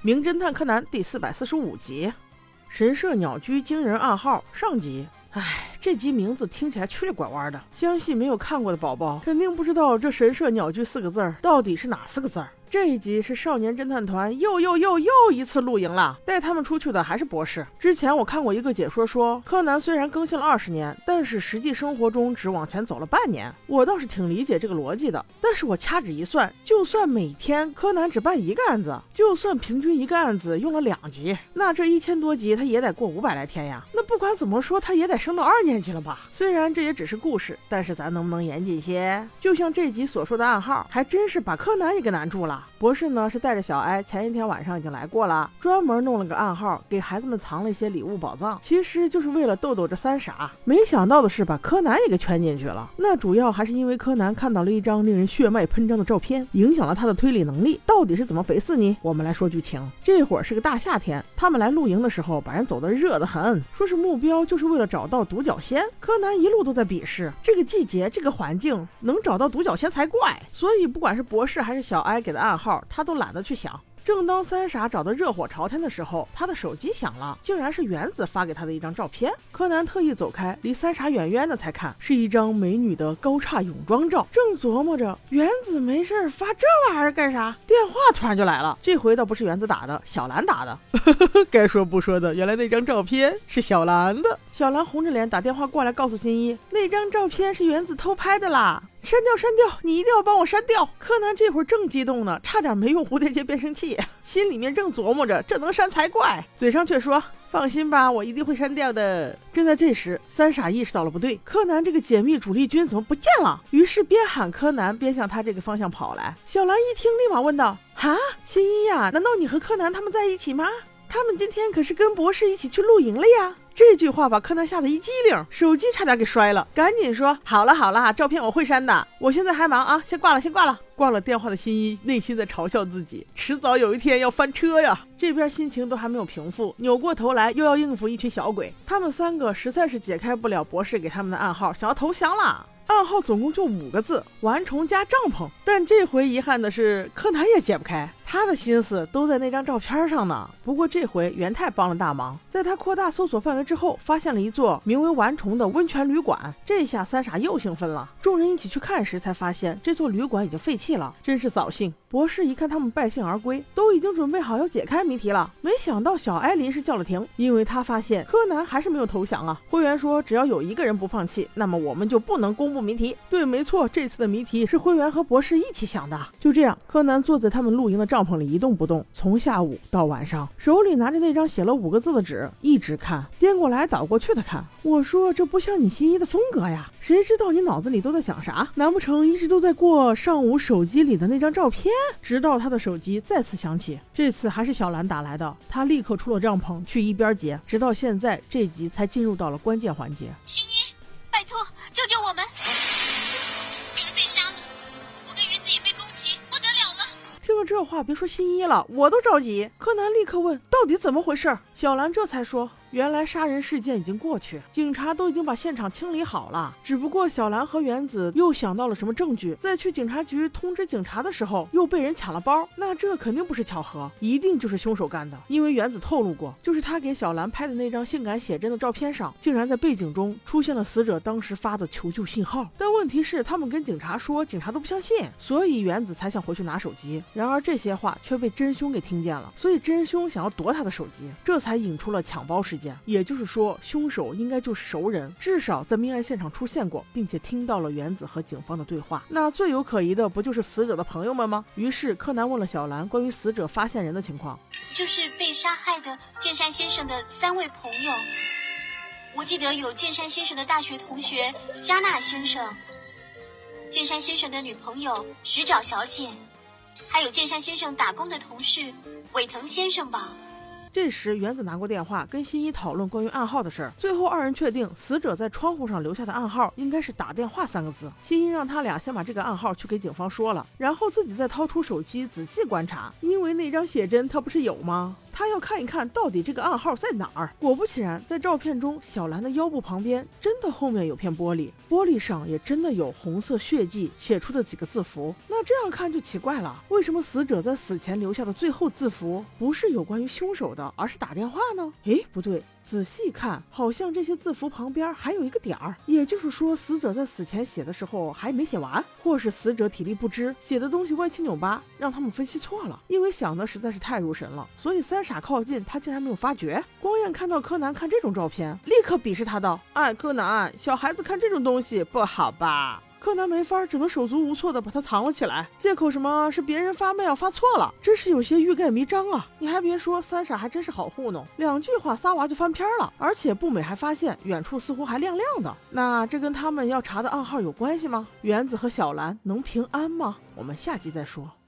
名侦探柯南第445集，神社鸟居惊人暗号上集。这集名字听起来曲里拐弯的，相信没有看过的宝宝肯定不知道这神社鸟居4个字到底是哪4个字。这一集是少年侦探团又一次露营了，带他们出去的还是博士。之前我看过一个解说说，柯南虽然更新了20年，但是实际生活中只往前走了半年。我倒是挺理解这个逻辑的，但是我掐指一算，就算每天柯南只办1个案子，就算平均1个案子用了2集，那这1000多集他也得过500来天呀。那不管怎么说，他也得升到2年级了吧？虽然这也只是故事，但是咱能不能严谨些？就像这集所说的暗号，还真是把柯南也给难住了。博士呢是带着小哀，前一天晚上已经来过了，专门弄了个暗号给孩子们藏了一些礼物宝藏，其实就是为了逗逗这3傻。没想到的是把柯南也给圈进去了，那主要还是因为柯南看到了一张令人血脉喷张的照片，影响了他的推理能力。到底是怎么回事呢？我们来说剧情。这会儿是个大夏天，他们来露营的时候把人走得热得很，说是目标就是为了找到独角仙。柯南一路都在鄙视这个季节这个环境能找到独角仙才怪，所以不管是博士还是小哀给的暗号他都懒得去想。正当3傻找得热火朝天的时候，他的手机响了，竟然是原子发给他的一张照片。柯南特意走开，离3傻远远的才看，是一张美女的高叉泳装照。正琢磨着原子没事发这玩意儿干啥，电话突然就来了。这回倒不是原子打的，小兰打的。该说不说的，原来那张照片是小兰的。小兰红着脸打电话过来告诉新一，那张照片是原子偷拍的啦，删掉，你一定要帮我删掉。柯南这会儿正激动呢，差点没用蝴蝶结变声器，心里面正琢磨着这能删才怪，嘴上却说放心吧，我一定会删掉的。正在这时，3傻意识到了不对，柯南这个解密主力军怎么不见了？于是边喊柯南边向他这个方向跑来。小兰一听立马问道，哈，新一呀，难道你和柯南他们在一起吗？他们今天可是跟博士一起去露营了呀。这句话把柯南吓得一激灵，手机差点给摔了，赶紧说好了，照片我会删的，我现在还忙啊，先挂了。挂了电话的新一内心在嘲笑自己，迟早有一天要翻车呀。这边心情都还没有平复，扭过头来又要应付一群小鬼，他们3个实在是解开不了博士给他们的暗号，想要投降了。暗号总共就5个字，顽虫加帐篷。但这回遗憾的是柯南也解不开，他的心思都在那张照片上呢。不过这回元太帮了大忙，在他扩大搜索范围之后，发现了一座名为顽虫的温泉旅馆。这下3傻又兴奋了，众人一起去看时才发现这座旅馆已经废弃了，真是扫兴。博士一看他们败兴而归，都已经准备好要解开谜题了，没想到小哀临时叫了停，因为他发现柯南还是没有投降啊。灰原说只要有1个人不放弃，那么我们就不能公布谜题。对，没错，这次的谜题是灰原和博士一起想的。就这样，柯南坐在他们露营的帐篷里一动不动，从下午到晚上，手里拿着那张写了5个字的纸，一直看，颠过来倒过去的看。我说这不像你新一的风格呀，谁知道你脑子里都在想啥？难不成一直都在过上午手机里的那张照片？直到他的手机再次响起，这次还是小兰打来的，他立刻出了帐篷去一边接，直到现在这集才进入到了关键环节。 新一，拜托救救我们！有人被杀了，我跟原子也被攻击，不得了了！ 听了这话，别说新一了，我都着急。柯南立刻问到底怎么回事，小兰这才说原来杀人事件已经过去，警察都已经把现场清理好了，只不过小兰和原子又想到了什么证据，在去警察局通知警察的时候又被人抢了包，那这肯定不是巧合，一定就是凶手干的。因为原子透露过，就是他给小兰拍的那张性感写真的照片上，竟然在背景中出现了死者当时发的求救信号。但问题是他们跟警察说，警察都不相信，所以原子才想回去拿手机。然而这些话却被真凶给听见了，所以真凶想要夺他的手机，这才引出了抢包事件。也就是说，凶手应该就是熟人，至少在命案现场出现过，并且听到了原子和警方的对话。那最有可疑的不就是死者的朋友们吗？于是柯南问了小兰关于死者发现人的情况， 就是被杀害的剑山先生的3位朋友。我记得有剑山先生的大学同学加纳先生，剑山先生的女朋友石沼小姐，还有剑山先生打工的同事尾藤先生吧。 这时原子拿过电话跟新一讨论关于暗号的事儿，最后2人确定死者在窗户上留下的暗号应该是打电话3个字。新一让他俩先把这个暗号去给警方说了，然后自己再掏出手机仔细观察，因为那张写真他不是有吗？ 他要看一看到底这个暗号在哪儿。果不其然，在照片中，小兰的腰部旁边真的后面有片玻璃，玻璃上也真的有红色血迹写出的几个字符。那这样看就奇怪了，为什么死者在死前留下的最后字符不是有关于凶手的，而是打电话呢？诶，不对，仔细看，好像这些字符旁边还有一个点儿，也就是说死者在死前写的时候还没写完，或是死者体力不支，写的东西歪七扭八，让他们分析错了。因为想的实在是太入神了，所以三傻靠近，他竟然没有发觉。光彦看到柯南看这种照片，立刻鄙视他道：哎，柯南，小孩子看这种东西不好吧？柯南没法，只能手足无措的把它藏了起来，借口什么是别人发mail发错了，真是有些欲盖弥彰啊！你还别说，三傻还真是好糊弄，2句话仨娃就翻篇了，而且步美还发现远处似乎还亮亮的，那这跟他们要查的暗号有关系吗？原子和小兰能平安吗？我们下集再说。